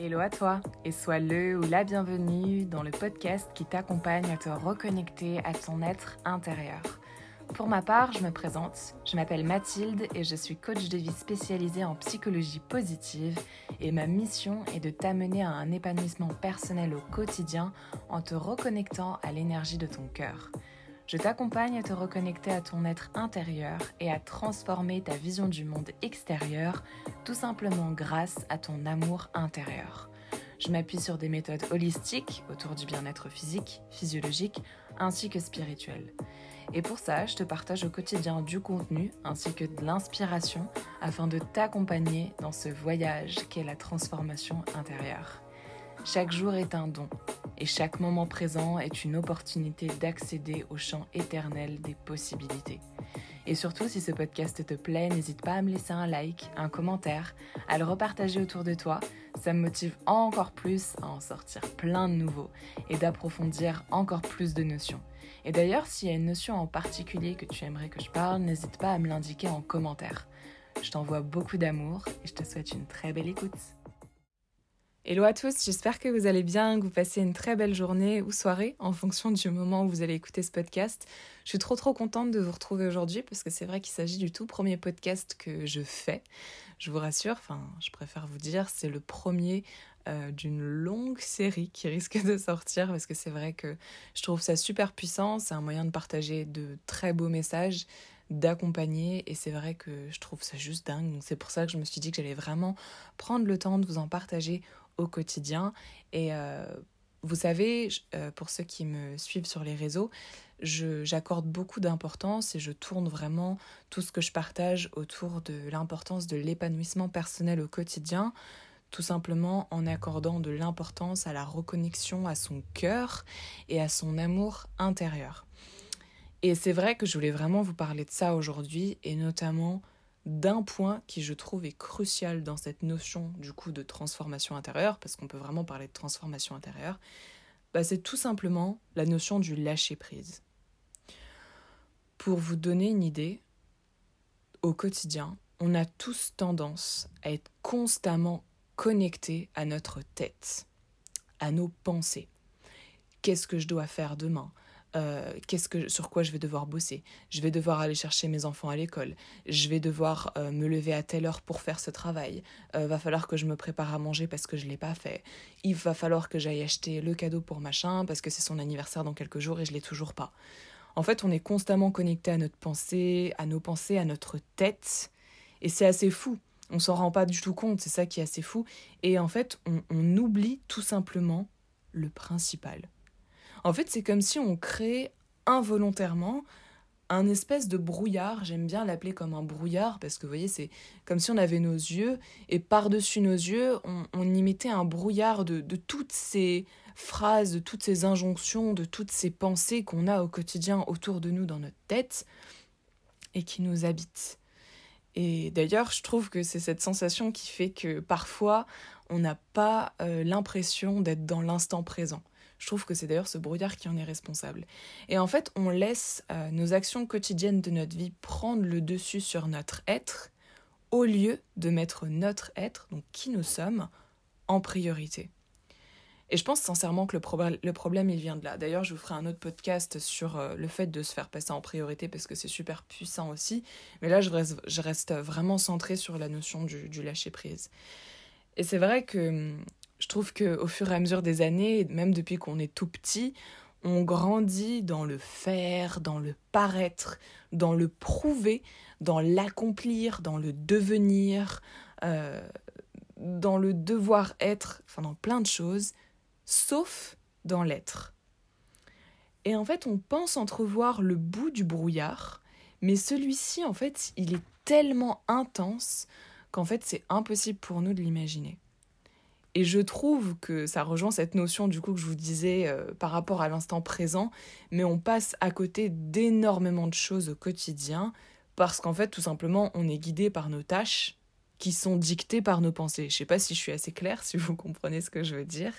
Hello à toi et sois le ou la bienvenue dans le podcast qui t'accompagne à te reconnecter à ton être intérieur. Pour ma part, je me présente, je m'appelle Mathilde et je suis coach de vie spécialisée en psychologie positive et ma mission est de t'amener à un épanouissement personnel au quotidien en te reconnectant à l'énergie de ton cœur. Je t'accompagne à te reconnecter à ton être intérieur et à transformer ta vision du monde extérieur, tout simplement grâce à ton amour intérieur. Je m'appuie sur des méthodes holistiques autour du bien-être physique, physiologique, ainsi que spirituel. Et pour ça, je te partage au quotidien du contenu ainsi que de l'inspiration afin de t'accompagner dans ce voyage qu'est la transformation intérieure. Chaque jour est un don et chaque moment présent est une opportunité d'accéder au champ éternel des possibilités. Et surtout, si ce podcast te plaît, n'hésite pas à me laisser un like, un commentaire, à le repartager autour de toi. Ça me motive encore plus à en sortir plein de nouveaux et d'approfondir encore plus de notions. Et d'ailleurs, s'il y a une notion en particulier que tu aimerais que je parle, n'hésite pas à me l'indiquer en commentaire. Je t'envoie beaucoup d'amour et je te souhaite une très belle écoute. Hello à tous, j'espère que vous allez bien, que vous passez une très belle journée ou soirée en fonction du moment où vous allez écouter ce podcast. Je suis trop contente de vous retrouver aujourd'hui parce que c'est vrai qu'il s'agit du tout premier podcast que je fais. Je vous rassure, je préfère vous dire, c'est le premier d'une longue série qui risque de sortir parce que c'est vrai que je trouve ça super puissant, c'est un moyen de partager de très beaux messages, d'accompagner et c'est vrai que je trouve ça juste dingue. Donc c'est pour ça que je me suis dit que j'allais vraiment prendre le temps de vous en partager au quotidien. Et vous savez, pour ceux qui me suivent sur les réseaux, j'accorde beaucoup d'importance et je tourne vraiment tout ce que je partage autour de l'importance de l'épanouissement personnel au quotidien, tout simplement en accordant de l'importance à la reconnexion à son cœur et à son amour intérieur. Et c'est vrai que je voulais vraiment vous parler de ça aujourd'hui et notamment d'un point qui je trouve est crucial dans cette notion du coup de transformation intérieure, parce qu'on peut vraiment parler de transformation intérieure, c'est tout simplement la notion du lâcher-prise. Pour vous donner une idée, au quotidien, on a tous tendance à être constamment connectés à notre tête, à nos pensées. Qu'est-ce que je dois faire demain ? Sur quoi je vais devoir bosser. Je vais devoir aller chercher mes enfants à l'école. Je vais devoir me lever à telle heure pour faire ce travail. Va falloir que je me prépare à manger parce que je ne l'ai pas fait. Il va falloir que j'aille acheter le cadeau pour machin parce que c'est son anniversaire dans quelques jours et je ne l'ai toujours pas. En fait, on est constamment connecté à notre pensée, à nos pensées, à notre tête. Et c'est assez fou. On s'en rend pas du tout compte, c'est ça qui est assez fou. Et en fait, on oublie tout simplement le principal. En fait, c'est comme si on crée involontairement un espèce de brouillard. J'aime bien l'appeler comme un brouillard parce que vous voyez, c'est comme si on avait nos yeux et par-dessus nos yeux, on y mettait un brouillard de toutes ces phrases, de toutes ces injonctions, de toutes ces pensées qu'on a au quotidien autour de nous dans notre tête et qui nous habitent. Et d'ailleurs, je trouve que c'est cette sensation qui fait que parfois, on n'a pas l'impression d'être dans l'instant présent. Je trouve que c'est d'ailleurs ce brouillard qui en est responsable. Et en fait, on laisse nos actions quotidiennes de notre vie prendre le dessus sur notre être, au lieu de mettre notre être, donc qui nous sommes, en priorité. Et je pense sincèrement que le problème, il vient de là. D'ailleurs, je vous ferai un autre podcast sur le fait de se faire passer en priorité parce que c'est super puissant aussi. Mais là, je reste vraiment centrée sur la notion du lâcher-prise. Et c'est vrai que je trouve qu'au fur et à mesure des années, même depuis qu'on est tout petit, on grandit dans le faire, dans le paraître, dans le prouver, dans l'accomplir, dans le devenir, dans le devoir être, dans plein de choses, sauf dans l'être. Et en fait, on pense entrevoir le bout du brouillard, mais celui-ci, en fait, il est tellement intense qu'en fait, c'est impossible pour nous de l'imaginer. Et je trouve que ça rejoint cette notion du coup que je vous disais par rapport à l'instant présent, mais on passe à côté d'énormément de choses au quotidien parce qu'en fait, tout simplement, on est guidé par nos tâches qui sont dictées par nos pensées. Je sais pas si je suis assez claire, si vous comprenez ce que je veux dire.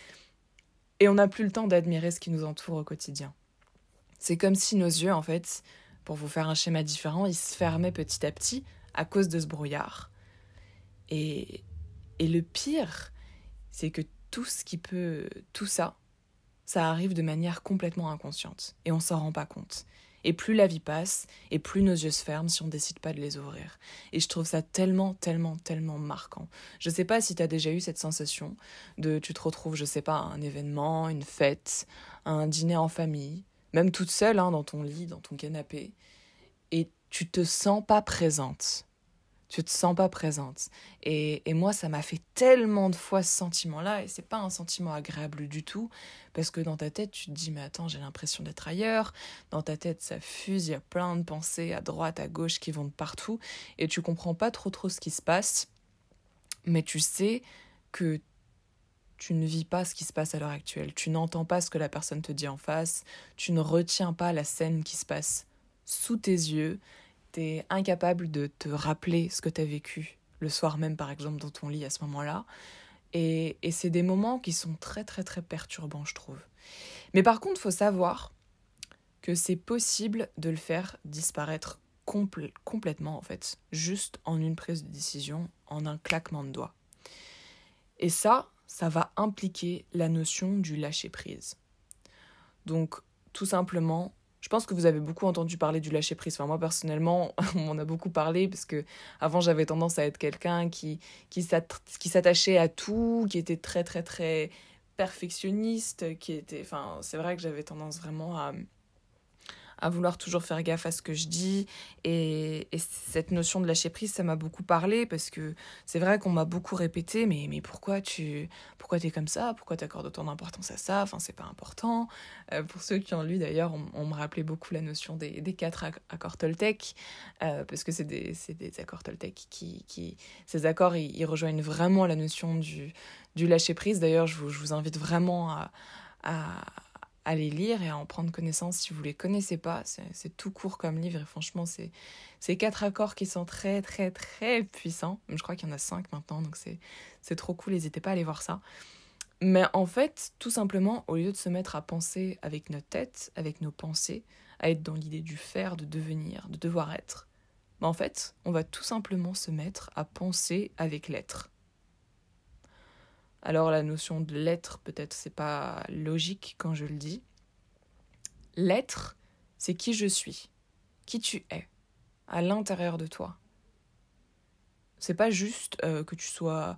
Et on n'a plus le temps d'admirer ce qui nous entoure au quotidien. C'est comme si nos yeux, en fait, pour vous faire un schéma différent, ils se fermaient petit à petit à cause de ce brouillard. Et le pire, c'est que tout ça arrive de manière complètement inconsciente et on s'en rend pas compte. Et plus la vie passe, et plus nos yeux se ferment si on décide pas de les ouvrir. Et je trouve ça tellement, tellement, tellement marquant. Je sais pas si t'as déjà eu cette sensation tu te retrouves, je sais pas, à un événement, une fête, un dîner en famille, même toute seule, dans ton lit, dans ton canapé, et tu te sens pas présente. Tu te sens pas présente. Et moi, ça m'a fait tellement de fois ce sentiment-là, et c'est pas un sentiment agréable du tout, parce que dans ta tête, tu te dis, mais attends, j'ai l'impression d'être ailleurs. Dans ta tête, ça fuse, il y a plein de pensées à droite, à gauche qui vont de partout, et tu comprends pas trop ce qui se passe, mais tu sais que tu ne vis pas ce qui se passe à l'heure actuelle. Tu n'entends pas ce que la personne te dit en face, tu ne retiens pas la scène qui se passe sous tes yeux. T'es incapable de te rappeler ce que t'as vécu le soir même, par exemple, dans ton lit à ce moment-là. Et c'est des moments qui sont très, très, très perturbants, je trouve. Mais par contre, il faut savoir que c'est possible de le faire disparaître complètement, en fait, juste en une prise de décision, en un claquement de doigts. Et ça va impliquer la notion du lâcher-prise. Donc, tout simplement, je pense que vous avez beaucoup entendu parler du lâcher-prise. Enfin, moi, personnellement, on m'en a beaucoup parlé parce que avant j'avais tendance à être quelqu'un qui s'attachait à tout, qui était très, très, très perfectionniste, Enfin, c'est vrai que j'avais tendance vraiment à vouloir toujours faire gaffe à ce que je dis. Et cette notion de lâcher-prise, ça m'a beaucoup parlé parce que c'est vrai qu'on m'a beaucoup répété, mais pourquoi t'es comme ça ? Pourquoi t'accordes autant d'importance à ça ? Enfin, c'est pas important. Pour ceux qui ont lu, d'ailleurs, on me rappelait beaucoup la notion des 4 accords Toltec, parce que c'est des accords Toltec ces accords, ils rejoignent vraiment la notion du lâcher-prise. D'ailleurs, je vous invite vraiment à les lire et à en prendre connaissance si vous ne les connaissez pas. C'est tout court comme livre et franchement, c'est 4 accords qui sont très, très, très puissants. Je crois qu'il y en a 5 maintenant, donc c'est trop cool. N'hésitez pas à aller voir ça. Mais en fait, tout simplement, au lieu de se mettre à penser avec notre tête, avec nos pensées, à être dans l'idée du faire, de devenir, de devoir être, en fait, on va tout simplement se mettre à penser avec l'être. Alors la notion de l'être, peut-être c'est pas logique quand je le dis. L'être, c'est qui je suis, qui tu es, à l'intérieur de toi. C'est pas juste que tu sois,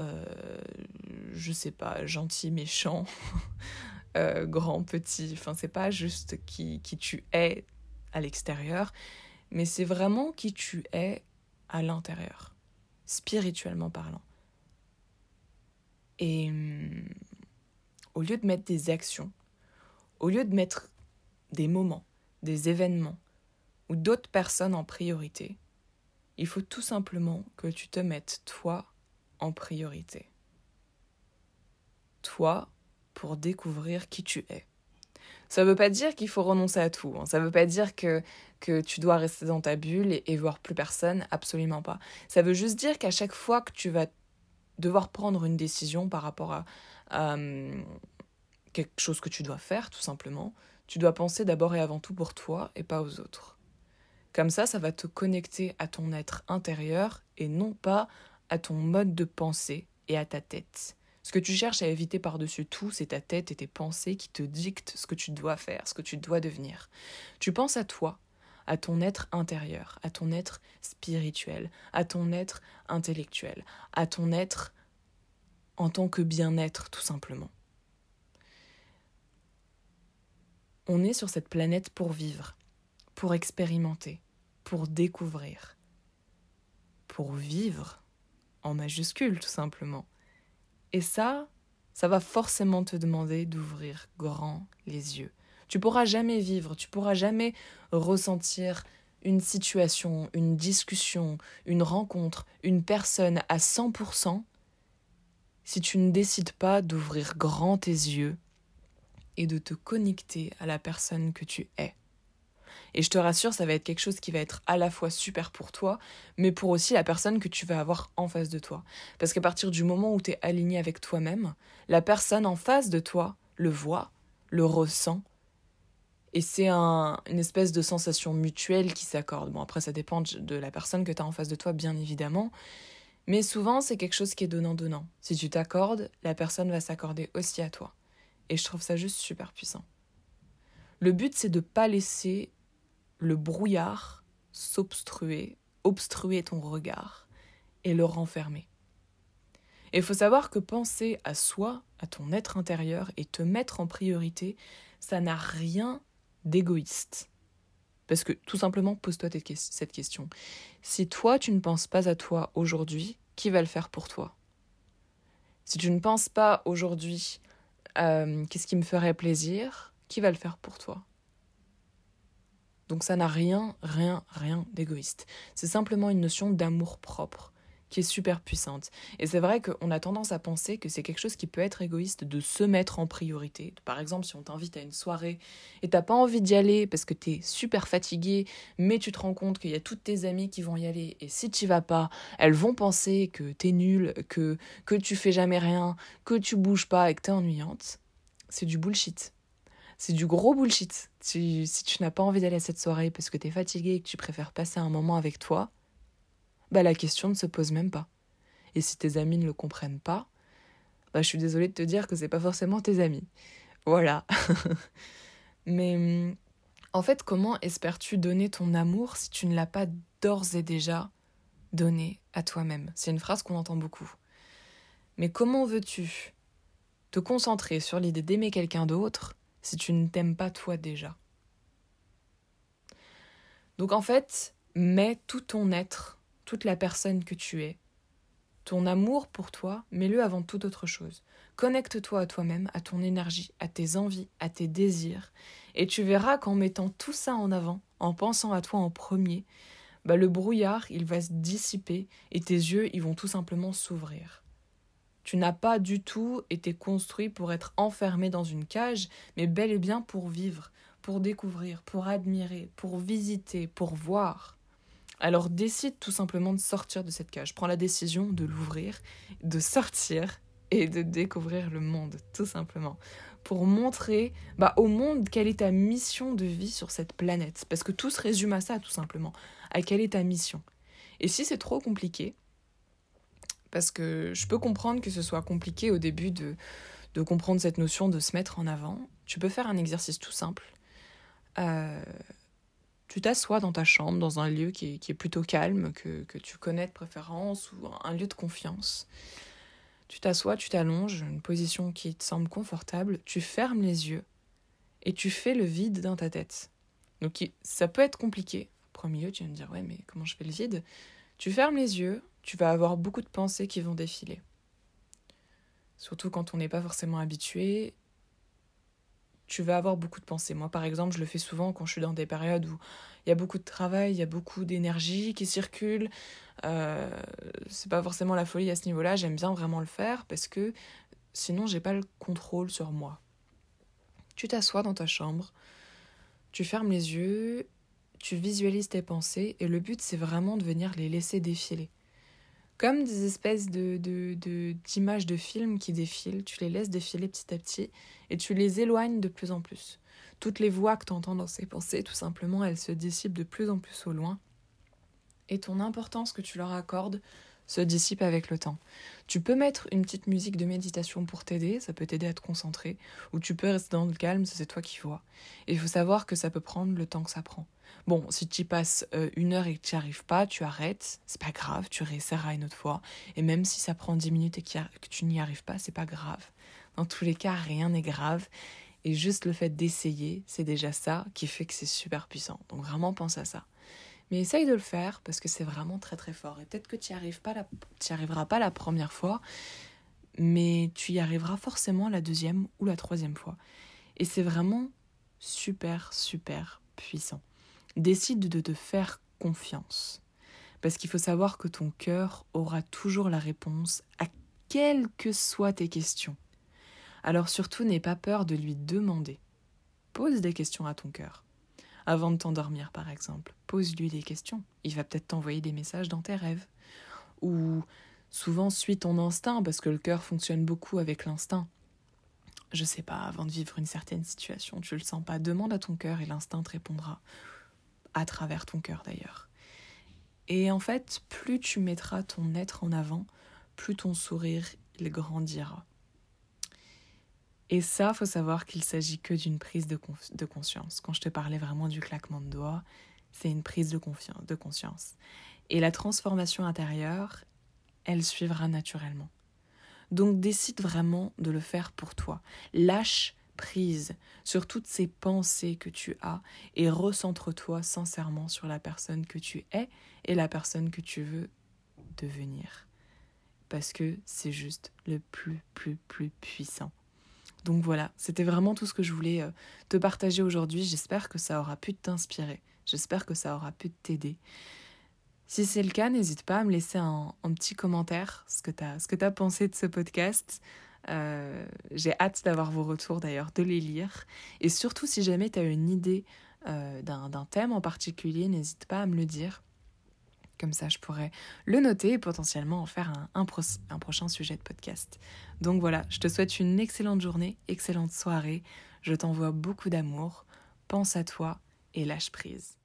je sais pas, gentil, méchant, grand, petit. Enfin, c'est pas juste qui tu es à l'extérieur, mais c'est vraiment qui tu es à l'intérieur, spirituellement parlant. Et au lieu de mettre des actions, au lieu de mettre des moments, des événements ou d'autres personnes en priorité, il faut tout simplement que tu te mettes toi en priorité. Toi pour découvrir qui tu es. Ça ne veut pas dire qu'il faut renoncer à tout. Ça ne veut pas dire que tu dois rester dans ta bulle et voir plus personne. Absolument pas. Ça veut juste dire qu'à chaque fois que tu vas devoir prendre une décision par rapport à quelque chose que tu dois faire, tout simplement, tu dois penser d'abord et avant tout pour toi et pas aux autres. Comme ça va te connecter à ton être intérieur et non pas à ton mode de pensée et à ta tête. Ce que tu cherches à éviter par-dessus tout, c'est ta tête et tes pensées qui te dictent ce que tu dois faire, ce que tu dois devenir. Tu penses à toi, à ton être intérieur, à ton être spirituel, à ton être intellectuel, à ton être en tant que bien-être, tout simplement. On est sur cette planète pour vivre, pour expérimenter, pour découvrir, pour vivre, en majuscule, tout simplement. Et ça va forcément te demander d'ouvrir grand les yeux. Tu pourras jamais vivre, tu pourras jamais ressentir une situation, une discussion, une rencontre, une personne à 100% si tu ne décides pas d'ouvrir grand tes yeux et de te connecter à la personne que tu es. Et je te rassure, ça va être quelque chose qui va être à la fois super pour toi, mais pour aussi la personne que tu vas avoir en face de toi. Parce qu'à partir du moment où tu es aligné avec toi-même, la personne en face de toi le voit, le ressent, et c'est une espèce de sensation mutuelle qui s'accorde. Bon, après, ça dépend de la personne que tu as en face de toi, bien évidemment, Mais souvent, c'est quelque chose qui est donnant-donnant. Si tu t'accordes, la personne va s'accorder aussi à toi. Et je trouve ça juste super puissant. Le but, c'est de ne pas laisser le brouillard obstruer ton regard et le renfermer. Et il faut savoir que penser à soi, à ton être intérieur et te mettre en priorité, ça n'a rien d'égoïste. Parce que tout simplement, pose-toi cette question. Si toi, tu ne penses pas à toi aujourd'hui, qui va le faire pour toi ? Si tu ne penses pas aujourd'hui, qu'est-ce qui me ferait plaisir ? Qui va le faire pour toi ? Donc ça n'a rien d'égoïste. C'est simplement une notion d'amour propre qui est super puissante. Et c'est vrai qu'on a tendance à penser que c'est quelque chose qui peut être égoïste de se mettre en priorité. Par exemple, si on t'invite à une soirée et t'as pas envie d'y aller parce que t'es super fatigué, mais tu te rends compte qu'il y a toutes tes amies qui vont y aller, et si t'y vas pas, elles vont penser que t'es nulle, que tu fais jamais rien, que tu bouges pas et que t'es ennuyante, c'est du bullshit. C'est du gros bullshit. Si tu n'as pas envie d'aller à cette soirée parce que t'es fatigué et que tu préfères passer un moment avec toi, bah la question ne se pose même pas. Et si tes amis ne le comprennent pas, bah je suis désolée de te dire que c'est pas forcément tes amis. Voilà. Mais en fait, comment espères-tu donner ton amour si tu ne l'as pas d'ores et déjà donné à toi-même ? C'est une phrase qu'on entend beaucoup. Mais comment veux-tu te concentrer sur l'idée d'aimer quelqu'un d'autre si tu ne t'aimes pas toi déjà ? Donc en fait, mets tout ton être, toute la personne que tu es, ton amour pour toi, mets-le avant toute autre chose. Connecte-toi à toi-même, à ton énergie, à tes envies, à tes désirs, et tu verras qu'en mettant tout ça en avant, en pensant à toi en premier, bah le brouillard, il va se dissiper et tes yeux, ils vont tout simplement s'ouvrir. Tu n'as pas du tout été construit pour être enfermé dans une cage, mais bel et bien pour vivre, pour découvrir, pour admirer, pour visiter, pour voir. Alors décide tout simplement de sortir de cette cage. Prends la décision de l'ouvrir, de sortir et de découvrir le monde, tout simplement. Pour montrer au monde quelle est ta mission de vie sur cette planète. Parce que tout se résume à ça, tout simplement. À quelle est ta mission. Et si c'est trop compliqué, parce que je peux comprendre que ce soit compliqué au début de comprendre cette notion de se mettre en avant, tu peux faire un exercice tout simple. Tu t'assois dans ta chambre, dans un lieu qui est plutôt calme, que tu connais de préférence, ou un lieu de confiance. Tu t'assois, tu t'allonges, une position qui te semble confortable, tu fermes les yeux et tu fais le vide dans ta tête. Donc ça peut être compliqué. Au premier lieu, tu vas me dire, ouais, mais comment je fais le vide ? Tu fermes les yeux, tu vas avoir beaucoup de pensées qui vont défiler. Surtout quand on n'est pas forcément habitué, tu vas avoir beaucoup de pensées. Moi, par exemple, je le fais souvent quand je suis dans des périodes où il y a beaucoup de travail, il y a beaucoup d'énergie qui circule. C'est pas forcément la folie à ce niveau-là, j'aime bien vraiment le faire parce que sinon, j'ai pas le contrôle sur moi. Tu t'assois dans ta chambre, tu fermes les yeux, tu visualises tes pensées et le but, c'est vraiment de venir les laisser défiler. Comme des espèces d'images de films qui défilent, tu les laisses défiler petit à petit et tu les éloignes de plus en plus. Toutes les voix que tu entends dans ces pensées, tout simplement, elles se dissipent de plus en plus au loin et ton importance que tu leur accordes se dissipe avec le temps. Tu peux mettre une petite musique de méditation pour t'aider, ça peut t'aider à te concentrer, ou tu peux rester dans le calme, c'est toi qui vois. Et il faut savoir que ça peut prendre le temps que ça prend. Bon, si tu y passes 1 heure et que tu n'y arrives pas, tu arrêtes, c'est pas grave, tu réessayeras une autre fois. Et même si ça prend 10 minutes et que tu n'y arrives pas, c'est pas grave. Dans tous les cas, rien n'est grave. Et juste le fait d'essayer, c'est déjà ça qui fait que c'est super puissant. Donc vraiment pense à ça. Mais essaye de le faire parce que c'est vraiment très très fort. Et peut-être que tu n'y arriveras pas la première fois, mais tu y arriveras forcément la 2e ou la 3e fois. Et c'est vraiment super puissant. Décide de te faire confiance. Parce qu'il faut savoir que ton cœur aura toujours la réponse à quelles que soient tes questions. Alors surtout, n'aie pas peur de lui demander. Pose des questions à ton cœur. Avant de t'endormir, par exemple, pose-lui des questions. Il va peut-être t'envoyer des messages dans tes rêves. Ou souvent, suis ton instinct, parce que le cœur fonctionne beaucoup avec l'instinct. Je sais pas, avant de vivre une certaine situation, tu le sens pas, demande à ton cœur et l'instinct te répondra. À travers ton cœur, d'ailleurs. Et en fait, plus tu mettras ton être en avant, plus ton sourire, il grandira. Et ça, faut savoir qu'il s'agit que d'une prise de conscience. Quand je te parlais vraiment du claquement de doigts, c'est une prise de conscience. Et la transformation intérieure, elle suivra naturellement. Donc décide vraiment de le faire pour toi. Lâche prise sur toutes ces pensées que tu as et recentre-toi sincèrement sur la personne que tu es et la personne que tu veux devenir. Parce que c'est juste le plus puissant. Donc voilà, c'était vraiment tout ce que je voulais te partager aujourd'hui. J'espère que ça aura pu t'inspirer. J'espère que ça aura pu t'aider. Si c'est le cas, n'hésite pas à me laisser un petit commentaire, ce que t'as pensé de ce podcast. J'ai hâte d'avoir vos retours d'ailleurs, de les lire. Et surtout, si jamais tu as une idée d'un thème en particulier, n'hésite pas à me le dire. Comme ça, je pourrais le noter et potentiellement en faire un prochain sujet de podcast. Donc voilà, je te souhaite une excellente journée, excellente soirée. Je t'envoie beaucoup d'amour. Pense à toi et lâche prise.